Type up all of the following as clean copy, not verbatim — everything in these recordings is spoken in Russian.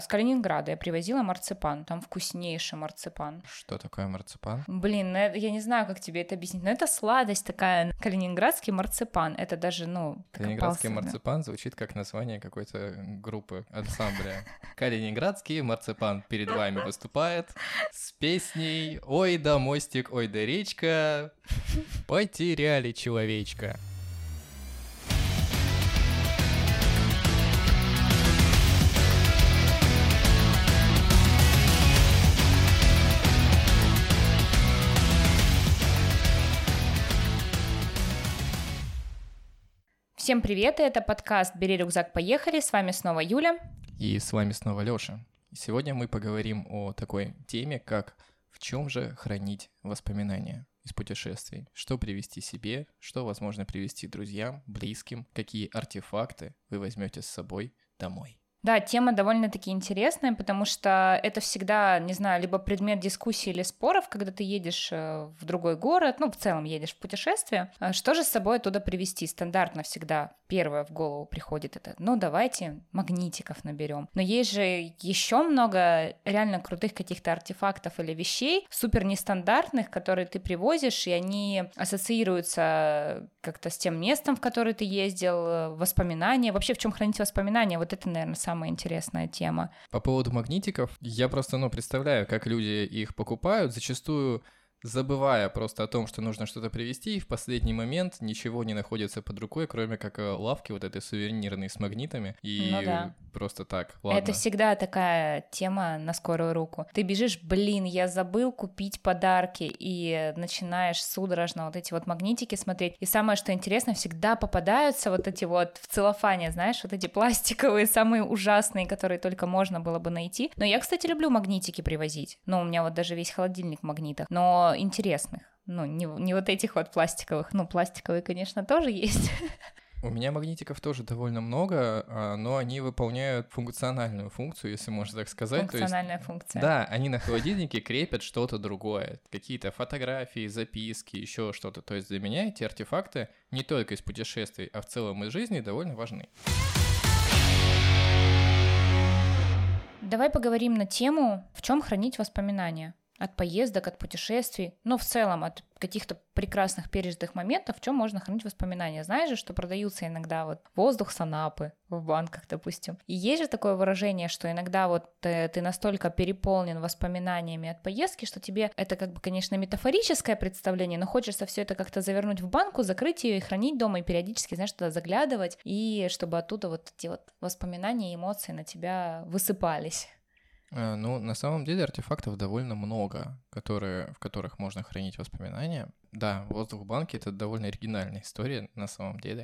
С Калининграда я привозила марципан, там вкуснейший марципан. Что такое марципан? Блин, я не знаю, как тебе это объяснить, но это сладость такая, калининградский марципан, это даже, Калининградский марципан звучит как название какой-то группы, ансамбля. Калининградский марципан перед вами выступает с песней «Ой да мостик, ой да речка, потеряли человечка». Всем привет, это подкаст «Бери рюкзак, поехали», с вами снова Юля. И с вами снова Лёша. Сегодня мы поговорим о такой теме, как в чем же хранить воспоминания из путешествий, что привезти себе, что возможно привезти друзьям, близким, какие артефакты вы возьмете с собой домой. Да, тема довольно-таки интересная, потому что это всегда, не знаю, либо предмет дискуссии или споров, когда ты едешь в другой город, в целом едешь в путешествие. Что же с собой оттуда привезти? Стандартно всегда первое в голову приходит это, давайте магнитиков наберем. Но есть же еще много реально крутых каких-то артефактов или вещей, супер нестандартных, которые ты привозишь, и они ассоциируются как-то с тем местом, в которое ты ездил, воспоминания. Вообще, в чем хранить воспоминания? Вот это, наверное, самая интересная тема. По поводу магнитиков, я просто, представляю, как люди их покупают, зачастую забывая просто о том, что нужно что-то привезти, и в последний момент ничего не находится под рукой, кроме как лавки вот этой сувенирной с магнитами, и просто так, ладно. Это всегда такая тема на скорую руку. Ты бежишь, я забыл купить подарки, и начинаешь судорожно вот эти вот магнитики смотреть, и самое, что интересно, всегда попадаются вот эти вот в целлофане, знаешь, вот эти пластиковые, самые ужасные, которые только можно было бы найти. Но я, кстати, люблю магнитики привозить, у меня вот даже весь холодильник в магнитах, но интересных, не вот этих вот пластиковых, пластиковые, конечно, тоже есть. У меня магнитиков тоже довольно много, но они выполняют функциональную функцию, если можно так сказать. Функциональная функция. Да, они на холодильнике крепят что-то другое, какие-то фотографии, записки, еще что-то. То есть для меня эти артефакты не только из путешествий, а в целом из жизни довольно важны. Давай поговорим на тему, в чем хранить воспоминания. От поездок, от путешествий, в целом от каких-то прекрасных пережитых моментов, в чем можно хранить воспоминания. Знаешь же, что продаются иногда воздух с Анапы в банках, допустим. И есть же такое выражение, что иногда ты настолько переполнен воспоминаниями от поездки, что тебе это конечно, метафорическое представление, но хочется все это как-то завернуть в банку, закрыть ее и хранить дома, и периодически, знаешь, туда заглядывать, и чтобы оттуда эти воспоминания и эмоции на тебя высыпались. На самом деле артефактов довольно много, в которых можно хранить воспоминания. Да, воздух в банке — это довольно оригинальная история на самом деле.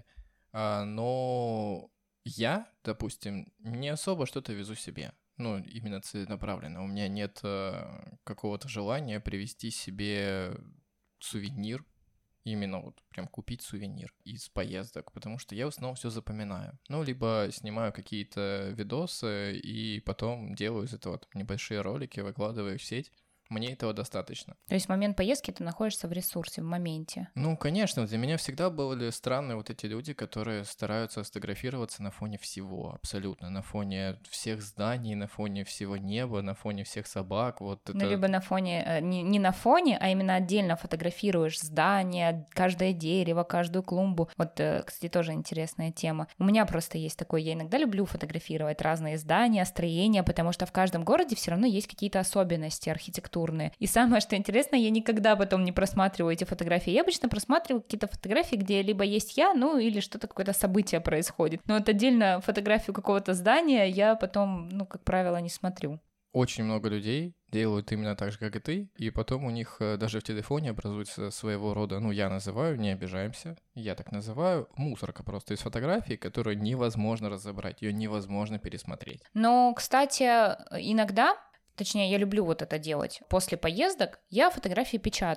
Но я, допустим, не особо что-то везу себе. Именно целенаправленно. У меня нет какого-то желания привезти себе сувенир, именно прям купить сувенир из поездок, потому что я в основном все запоминаю. Либо снимаю какие-то видосы и потом делаю из этого небольшие ролики, выкладываю их в сеть. Мне этого достаточно. То есть в момент поездки ты находишься в ресурсе, в моменте. Конечно, для меня всегда были странные эти люди, которые стараются сфотографироваться на фоне всего, абсолютно, на фоне всех зданий, на фоне всего неба, на фоне всех собак, либо на фоне, не на фоне, а именно отдельно фотографируешь здание, каждое дерево, каждую клумбу. Кстати, тоже интересная тема. У меня просто есть такое, я иногда люблю фотографировать разные здания, строения, потому что в каждом городе все равно есть какие-то особенности архитектуры. И самое, что интересно, я никогда потом не просматриваю эти фотографии. Я обычно просматриваю какие-то фотографии, где либо есть я, или что-то, какое-то событие происходит. Но отдельно фотографию какого-то здания я потом, как правило, не смотрю. Очень много людей делают именно так же, как и ты, и потом у них даже в телефоне образуется своего рода, я называю, не обижаемся, я так называю, мусорка просто из фотографий, которую невозможно разобрать, ее невозможно пересмотреть. Но, кстати, иногда... Точнее, я люблю это делать. После поездок я фотографии печатаю.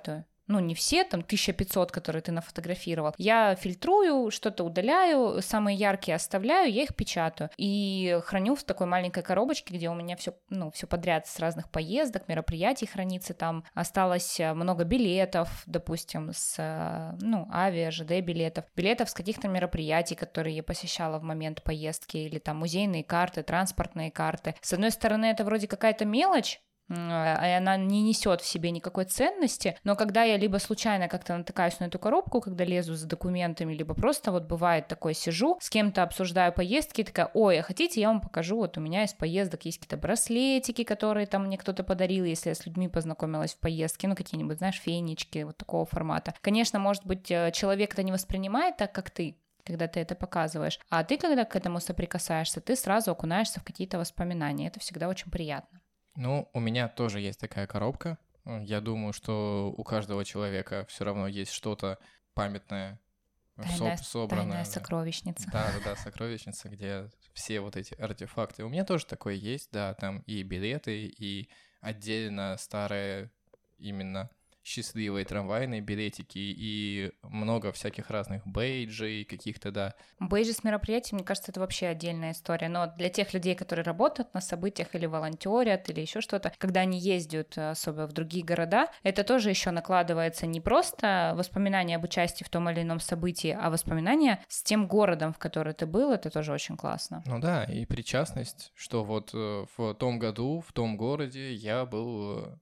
ну, не все, там, 1500, которые ты нафотографировал. Я фильтрую, что-то удаляю, самые яркие оставляю, я их печатаю и храню в такой маленькой коробочке, где у меня все, ну, все подряд с разных поездок, мероприятий хранится. Там осталось много билетов, допустим, с, ну, авиа, ЖД билетов с каких-то мероприятий, которые я посещала в момент поездки, или там музейные карты, транспортные карты. С одной стороны, это вроде какая-то мелочь, и она не несет в себе никакой ценности, но когда я либо случайно как-то натыкаюсь на эту коробку, когда лезу за документами, либо просто вот бывает такое, сижу, с кем-то обсуждаю поездки, такая, ой, а хотите, я вам покажу, вот у меня из поездок есть какие-то браслетики, которые там мне кто-то подарил, если я с людьми познакомилась в поездке, ну какие-нибудь, знаешь, фенечки, вот такого формата. Конечно, может быть, человек это не воспринимает так, как ты, когда ты это показываешь, а ты, когда к этому соприкасаешься, ты сразу окунаешься в какие-то воспоминания, это всегда очень приятно. Ну, у меня тоже есть такая коробка. Я думаю, что у каждого человека все равно есть что-то памятное, собранное. Тайная сокровищница. Да, сокровищница, где все вот эти артефакты. У меня тоже такое есть, да, там и билеты, и отдельно старые именно счастливые трамвайные билетики и много всяких разных бейджей каких-то, да. Бейджи с мероприятий, мне кажется, это вообще отдельная история. Но для тех людей, которые работают на событиях или волонтерят, или еще что-то, когда они ездят, особенно в другие города, это тоже еще накладывается не просто воспоминания об участии в том или ином событии, а воспоминания с тем городом, в который ты был, это тоже очень классно. Ну да, и причастность, что вот в том году, в том городе я был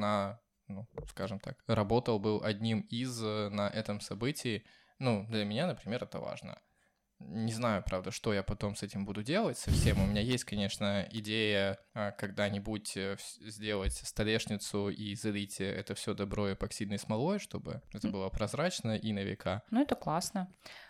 ну, скажем так, был одним из на этом событии. Ну, для меня, например, это важно. Не знаю, правда, что я потом с этим буду делать совсем. У меня есть, конечно, идея когда-нибудь сделать столешницу и залить это все добро эпоксидной смолой, чтобы это было прозрачно и на века. Ну, это классно.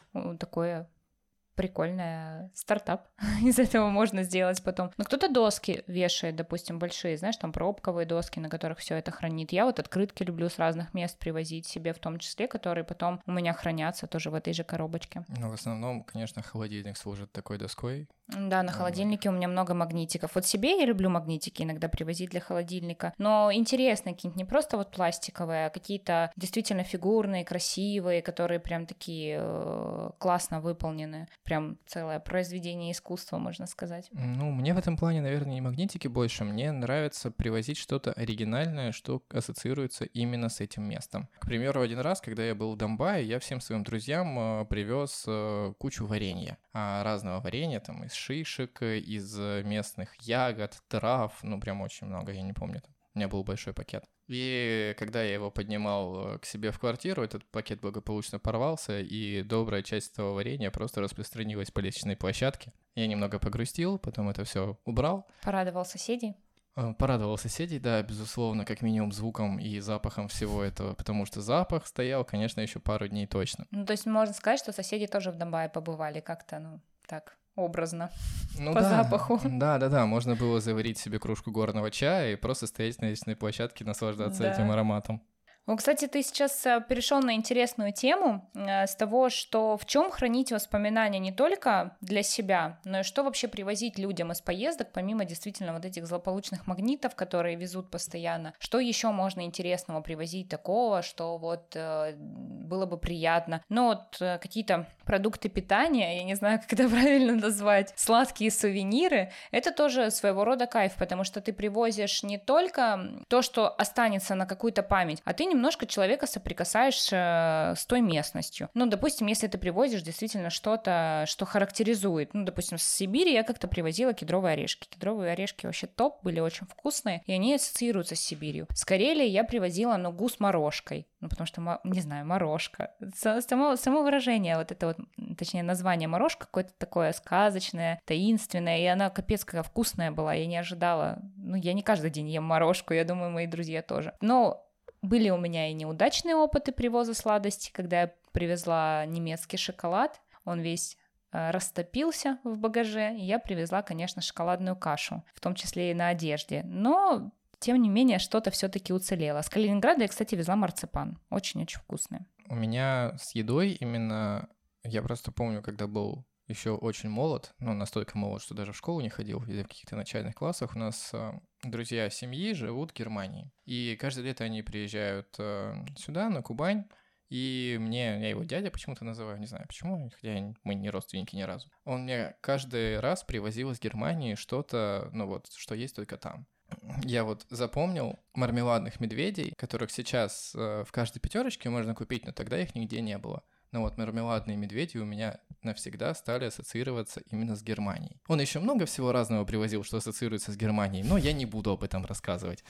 Такое прикольный стартап. Из этого можно сделать потом. Но кто-то доски вешает, допустим, большие, знаешь, там пробковые доски, на которых все это хранит. Я вот открытки люблю с разных мест привозить себе, в том числе, которые потом у меня хранятся тоже в этой же коробочке. Ну, в основном, конечно, холодильник служит такой доской. Да, на холодильнике у меня много магнитиков. Вот себе я люблю магнитики иногда привозить для холодильника, но интересные какие-нибудь, не просто вот пластиковые, а какие-то действительно фигурные, красивые, которые прям такие классно выполнены. Прям целое произведение искусства, можно сказать. Ну, мне в этом плане, наверное, не магнитики больше. Мне нравится привозить что-то оригинальное, что ассоциируется именно с этим местом. К примеру, один раз, когда я был в Домбае, я всем своим друзьям привез кучу варенья. Разного варенья, там, из шишек, из местных ягод, трав, ну, прям очень много, я не помню. У меня был большой пакет. И когда я его поднимал к себе в квартиру, этот пакет благополучно порвался, и добрая часть этого варенья просто распространилась по лестничной площадке. Я немного погрустил, потом это все убрал. Порадовал соседей? Порадовал соседей, да, безусловно, как минимум звуком и запахом всего этого, потому что запах стоял, конечно, еще пару дней точно. Ну, то есть можно сказать, что соседи тоже в Домбае побывали как-то, ну, так, образно, ну, по да, запаху. Да, можно было заварить себе кружку горного чая и просто стоять на лестничной площадке, наслаждаться этим ароматом. Ну, кстати, ты сейчас перешел на интересную тему с того, что в чем хранить воспоминания не только для себя, но и что вообще привозить людям из поездок, помимо действительно вот этих злополучных магнитов, которые везут постоянно. Что еще можно интересного привозить такого, что вот было бы приятно? Ну, вот какие-то продукты питания, я не знаю, как это правильно назвать, сладкие сувениры, это тоже своего рода кайф, потому что ты привозишь не только то, что останется на какую-то память, а ты немножко человека соприкасаешь с той местностью. Ну, допустим, если ты привозишь действительно что-то, что характеризует. Ну, допустим, с Сибири я как-то привозила кедровые орешки. Кедровые орешки вообще топ, были очень вкусные, и они ассоциируются с Сибирью. С Карелии я привозила нугу с морожкой. Ну, потому что, не знаю, морожка. Само выражение, вот это вот, точнее, название морожка какое-то такое сказочное, таинственное, и она капец какая вкусная была, я не ожидала. Ну, я не каждый день ем морожку, я думаю, мои друзья тоже. Но были у меня и неудачные опыты привоза сладостей, когда я привезла немецкий шоколад, он весь растопился в багаже, и я привезла, конечно, шоколадную кашу, в том числе и на одежде. Но, тем не менее, что-то все-таки уцелело. С Калининграда я, кстати, везла марципан, очень-очень вкусный. У меня с едой именно, я просто помню, когда был еще очень молод, ну, настолько молод, что даже в школу не ходил, или в каких-то начальных классах, у нас друзья семьи живут в Германии. И каждое лето они приезжают сюда, на Кубань. И я его дядя почему-то называю, не знаю почему, хотя мы не родственники ни разу. Он мне каждый раз привозил из Германии что-то, что есть только там. Я вот запомнил мармеладных медведей, которых сейчас в каждой пятерочке можно купить, но тогда их нигде не было. Но вот мармеладные медведи у меня навсегда стали ассоциироваться именно с Германией. Он еще много всего разного привозил, что ассоциируется с Германией, но я не буду об этом рассказывать.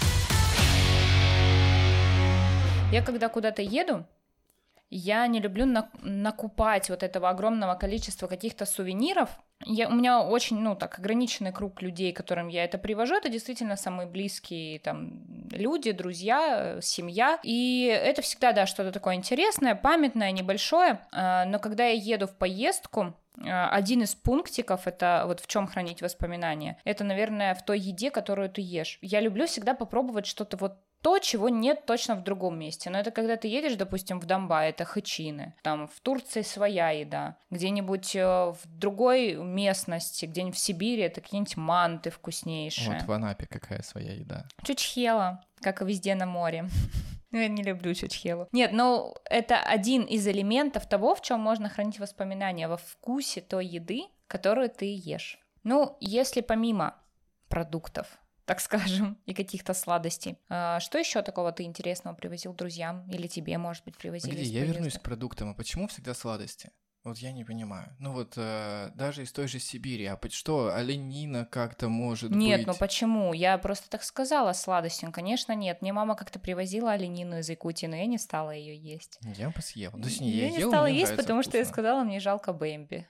Я когда куда-то еду, я не люблю накупать вот этого огромного количества каких-то сувениров. У меня очень, ограниченный круг людей, которым я это привожу. Это действительно самые близкие там люди, друзья, семья. И это всегда, да, что-то такое интересное, памятное, небольшое. Но когда я еду в поездку, один из пунктиков, это вот в чем хранить воспоминания, это, наверное, в той еде, которую ты ешь. Я люблю всегда попробовать что-то вот то, чего нет точно в другом месте. Но это когда ты едешь, допустим, в Донбасс, это хычины. Там в Турции своя еда. Где-нибудь в другой местности, где-нибудь в Сибири, это какие-нибудь манты вкуснейшие. Вот в Анапе какая своя еда. Чучхела, как и везде на море. Я не люблю чучхелу. Нет, это один из элементов того, в чем можно хранить воспоминания, во вкусе той еды, которую ты ешь. Если помимо продуктов, так скажем, и каких-то сладостей. Что еще такого ты интересного привозил друзьям? Или тебе, может быть, привозили? Я вернусь к продуктам. А почему всегда сладости? Вот я не понимаю. Даже из той же Сибири. А что, оленина как-то может быть? Нет, почему? Я просто так сказала сладостью. Конечно, нет. Мне мама как-то привозила оленину из Якутии, но я не стала ее есть. Я бы съел. Я не стала есть, потому что я сказала, мне жалко Бэмби.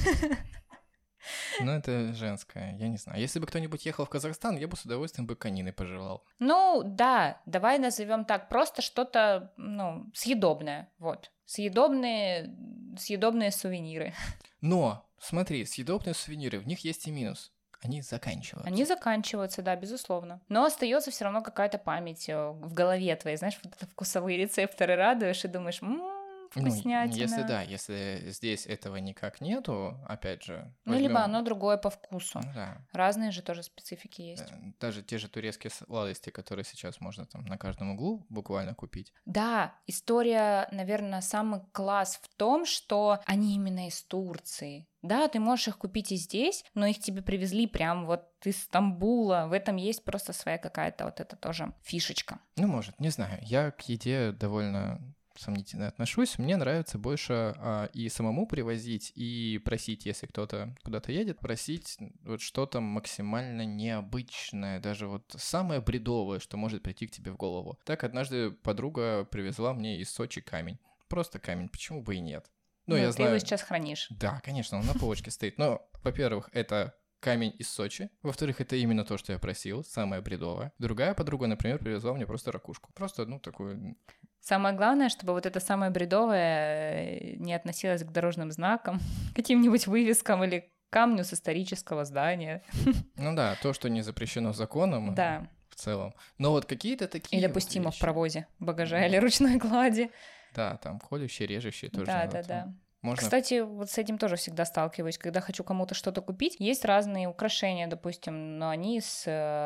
Это женское, я не знаю. Если бы кто-нибудь ехал в Казахстан, я бы с удовольствием бы конины пожелал. Да, давай назовем так, просто что-то, съедобное, вот. Съедобные сувениры. Но, смотри, съедобные сувениры, в них есть и минус. Они заканчиваются. Они заканчиваются, да, безусловно. Но остается все равно какая-то память в голове твоей, знаешь, вот это вкусовые рецепторы радуешь и думаешь, вкуснятина. Если здесь этого никак нету, опять же... либо оно другое по вкусу. Да. Разные же тоже специфики есть. Даже те же турецкие сладости, которые сейчас можно там на каждом углу буквально купить. Да, история, наверное, самый класс в том, что они именно из Турции. Да, ты можешь их купить и здесь, но их тебе привезли прям вот из Стамбула. В этом есть просто своя какая-то вот эта тоже фишечка. Может, не знаю. Я к еде довольно сомнительно отношусь. Мне нравится больше и самому привозить, и просить, если кто-то куда-то едет, просить вот что-то максимально необычное, даже вот самое бредовое, что может прийти к тебе в голову. Так однажды подруга привезла мне из Сочи камень. Просто камень, почему бы и нет? Я ты его сейчас хранишь. Да, конечно, он на полочке стоит. Но, во-первых, это камень из Сочи. Во-вторых, это именно то, что я просил, самое бредовое. Другая подруга, например, привезла мне просто ракушку. Просто, такую... Самое главное, чтобы вот это самое бредовое не относилось к дорожным знакам, каким-нибудь вывескам или камню с исторического здания. То, что не запрещено законом. Да. В целом. Но вот какие-то такие... Или допустимо в провозе багажа или ручной клади. Да, там колющие, режущие тоже. Да. Кстати, вот с этим тоже всегда сталкиваюсь. Когда хочу кому-то что-то купить, есть разные украшения, допустим, но они с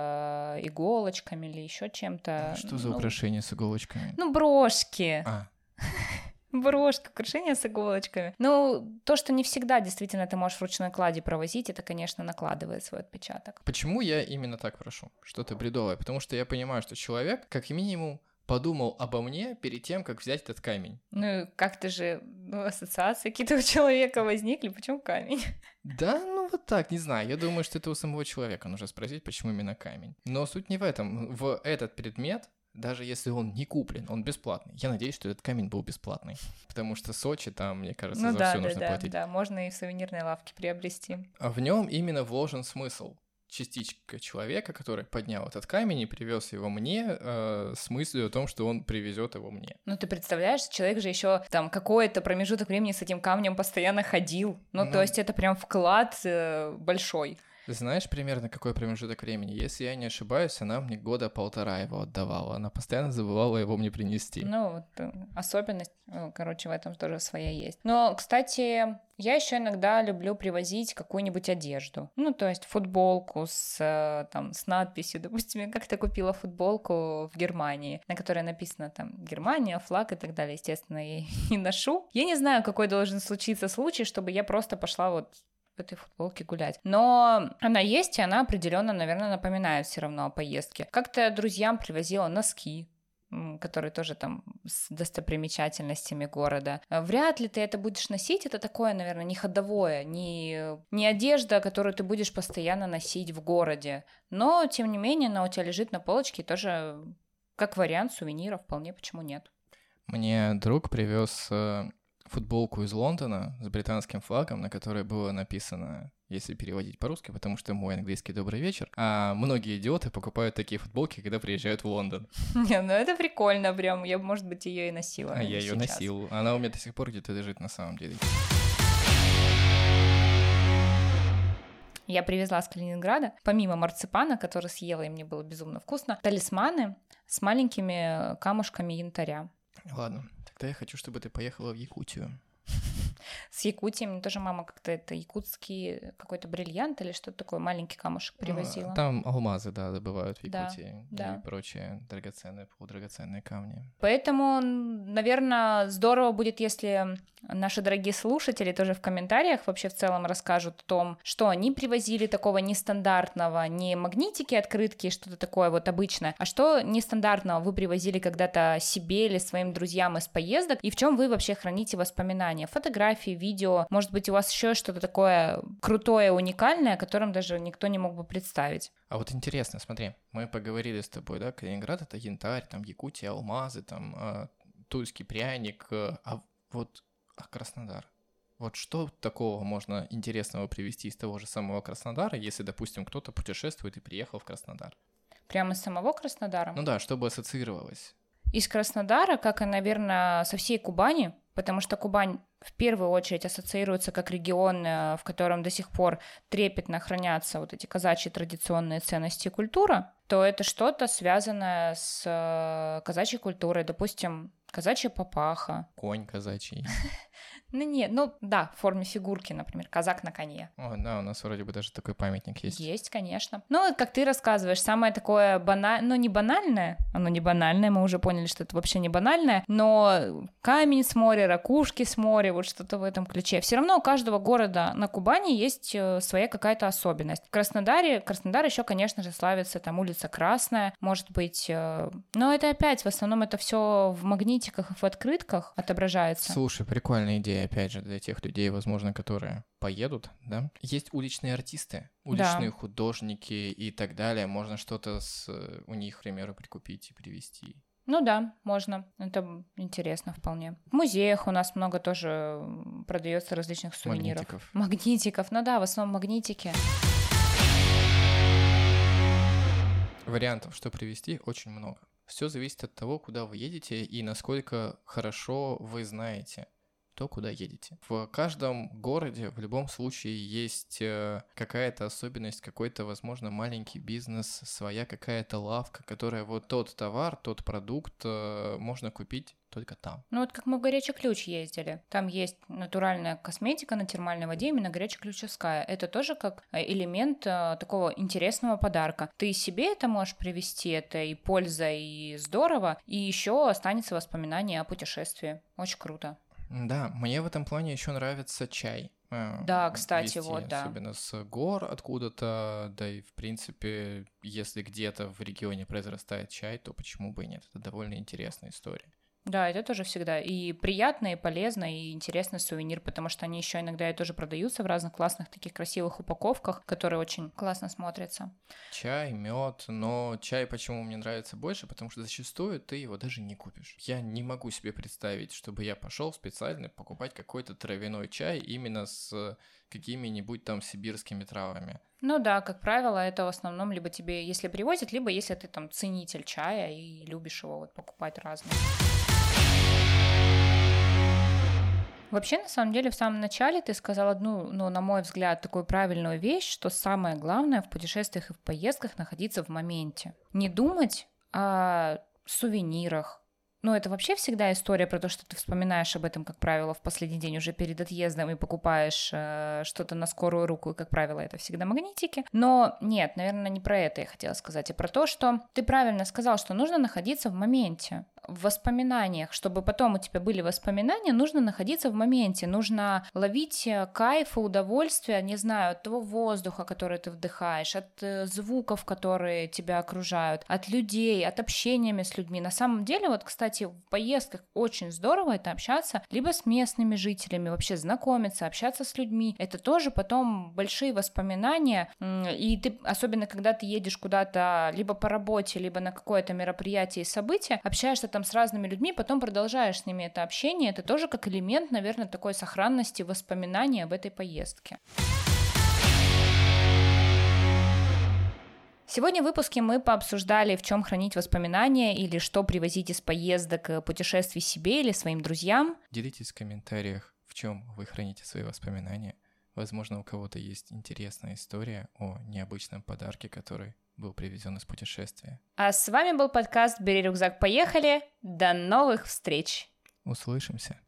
иголочками или еще чем-то. Что за украшения с иголочками? Брошки. Брошки, украшения с иголочками. То, что не всегда действительно ты можешь в ручной кладе провозить, это, конечно, накладывает свой отпечаток. Почему я именно так прошу? Что-то бредовое. Потому что я понимаю, что человек, как минимум, подумал обо мне перед тем, как взять этот камень. Как-то же ассоциации какие-то у человека возникли, почему камень? Да, вот так, не знаю. Я думаю, что это у самого человека нужно спросить, почему именно камень. Но суть не в этом. В этот предмет, даже если он не куплен, он бесплатный. Я надеюсь, что этот камень был бесплатный. Потому что Сочи, там, мне кажется, за все нужно платить. Да, можно и в сувенирной лавке приобрести. А в нем именно вложен смысл. Частичка человека, который поднял этот камень и привез его мне с мыслью о том, что он привезет его мне. Ты представляешь, человек же еще там какой-то промежуток времени с этим камнем постоянно ходил. То есть это прям вклад большой. Знаешь примерно какой промежуток времени? Если я не ошибаюсь, она мне года 1,5 его отдавала. Она постоянно забывала его мне принести. Ну, вот особенность, короче, в этом тоже своя есть. Но, кстати, я еще иногда люблю привозить какую-нибудь одежду. Ну, то есть футболку с надписью. Допустим, я как-то купила футболку в Германии, на которой написано там Германия, флаг и так далее. Естественно, я ее не ношу. Я не знаю, какой должен случиться случай, чтобы я просто пошла вот в этой футболке гулять. Но она есть, и она определенно, наверное, напоминает все равно о поездке. Как-то я друзьям привозила носки, которые тоже там с достопримечательностями города. Вряд ли ты это будешь носить, это такое, наверное, не ходовое, не одежда, которую ты будешь постоянно носить в городе. Но, тем не менее, она у тебя лежит на полочке, тоже как вариант сувенира, вполне, почему нет. Мне друг привез футболку из Лондона с британским флагом, на которой было написано, если переводить по-русски, потому что мой английский «добрый вечер», а многие идиоты покупают такие футболки, когда приезжают в Лондон. Не, ну это прикольно прям, я, может быть, ее и носила. А я ее носил, она у меня до сих пор где-то лежит на самом деле. Я привезла с Калининграда, помимо марципана, который съела, и мне было безумно вкусно, талисманы с маленькими камушками янтаря. Ладно, тогда я хочу, чтобы ты поехала в Якутию. С Якутией мне тоже мама как-то это якутский какой-то бриллиант или что-то такое, маленький камушек привозила. Там алмазы, да, добывают в Да, Якутии да. И прочие драгоценные, полудрагоценные камни. Поэтому, наверное, здорово будет, если наши дорогие слушатели тоже в комментариях вообще в целом расскажут о том, что они привозили такого нестандартного, не магнитики, открытки, что-то такое вот обычное, а что нестандартного вы привозили когда-то себе или своим друзьям из поездок, и в чем вы вообще храните воспоминания, фотографии, видео, может быть, у вас еще что-то такое крутое, уникальное, о котором даже никто не мог бы представить. А вот интересно, смотри, мы поговорили с тобой, да, Калининград — это янтарь, там Якутия — алмазы, там тульский пряник, а Краснодар. Вот что такого можно интересного привезти из того же самого Краснодара, если, допустим, кто-то путешествует и приехал в Краснодар? Прямо из самого Краснодара? Ну да, чтобы ассоциировалось. Из Краснодара, как и, наверное, со всей Кубани, потому что Кубань в первую очередь ассоциируется как регион, в котором до сих пор трепетно хранятся вот эти казачьи традиционные ценности и культура, то это что-то связанное с казачьей культурой, допустим, казачья папаха. Конь казачий. В форме фигурки, например, казак на коне. О, да, у нас вроде бы даже такой памятник есть. Есть, конечно. Ну, как ты рассказываешь, самое такое банальное, не банальное, оно не банальное, мы уже поняли, что это вообще не банальное, но камень с моря, ракушки с моря, вот что-то в этом ключе. Все равно у каждого города на Кубани есть своя какая-то особенность. Краснодар еще, конечно же, славится там улица Красная, может быть, но это опять, в основном это все в магнитиках и в открытках отображается. Слушай, прикольная идея, опять же, для тех людей, возможно, которые поедут, да? Есть уличные артисты, уличные художники и так далее. Можно что-то у них, к примеру, прикупить и привезти. Ну да, можно. Это интересно вполне. В музеях у нас много тоже продается различных сувениров. Магнитиков. Ну да, в основном магнитики. Вариантов, что привезти, очень много. Все зависит от того, куда вы едете и насколько хорошо вы знаете то, куда едете. В каждом городе в любом случае есть какая-то особенность, какой-то, возможно, маленький бизнес, своя какая-то лавка, которая вот тот товар, тот продукт можно купить только там. Ну вот как мы в Горячий Ключ ездили. Там есть натуральная косметика на термальной воде, именно горячеключевская. Это тоже как элемент такого интересного подарка. Ты себе это можешь привезти, это и польза, и здорово, и еще останется воспоминание о путешествии. Очень круто. Да, мне в этом плане еще нравится чай. Да, кстати, везти, вот, да. Особенно с гор откуда-то, да и, в принципе, если где-то в регионе произрастает чай, то почему бы и нет? Это довольно интересная история. Да, это тоже всегда и приятно, и полезно, и интересный сувенир, потому что они еще иногда и тоже продаются в разных классных таких красивых упаковках, которые очень классно смотрятся. Чай, мед, но чай почему мне нравится больше, потому что зачастую ты его даже не купишь. Я не могу себе представить, чтобы я пошел специально покупать какой-то травяной чай именно с какими-нибудь там сибирскими травами. Ну да, как правило, это в основном либо тебе, если привозят, либо если ты там ценитель чая и любишь его вот покупать разные. Вообще, на самом деле, в самом начале ты сказал одну, на мой взгляд, такую правильную вещь, что самое главное в путешествиях и в поездках находиться в моменте. Не думать о сувенирах. Это вообще всегда история про то, что ты вспоминаешь об этом, как правило, в последний день уже перед отъездом и покупаешь что-то на скорую руку, и, как правило, это всегда магнитики. Но нет, наверное, не про это я хотела сказать, а про то, что ты правильно сказал, что нужно находиться в моменте. В воспоминаниях, чтобы потом у тебя были воспоминания, нужно находиться в моменте, нужно ловить кайф и удовольствие, не знаю, от того воздуха, который ты вдыхаешь, от звуков, которые тебя окружают, от людей, от общения с людьми. На самом деле, кстати, в поездках очень здорово это общаться либо с местными жителями, вообще знакомиться, общаться с людьми. Это тоже потом большие воспоминания, и ты, особенно когда ты едешь куда-то либо по работе, либо на какое-то мероприятие и событие, общаешься там с разными людьми, потом продолжаешь с ними это общение, это тоже как элемент, наверное, такой сохранности воспоминаний об этой поездке. Сегодня в выпуске мы пообсуждали, в чем хранить воспоминания или что привозить из поездок, путешествий себе или своим друзьям. Делитесь в комментариях, в чем вы храните свои воспоминания. Возможно, у кого-то есть интересная история о необычном подарке, который был привезен из путешествия. А с вами был подкаст «Бери рюкзак, поехали». До новых встреч! Услышимся!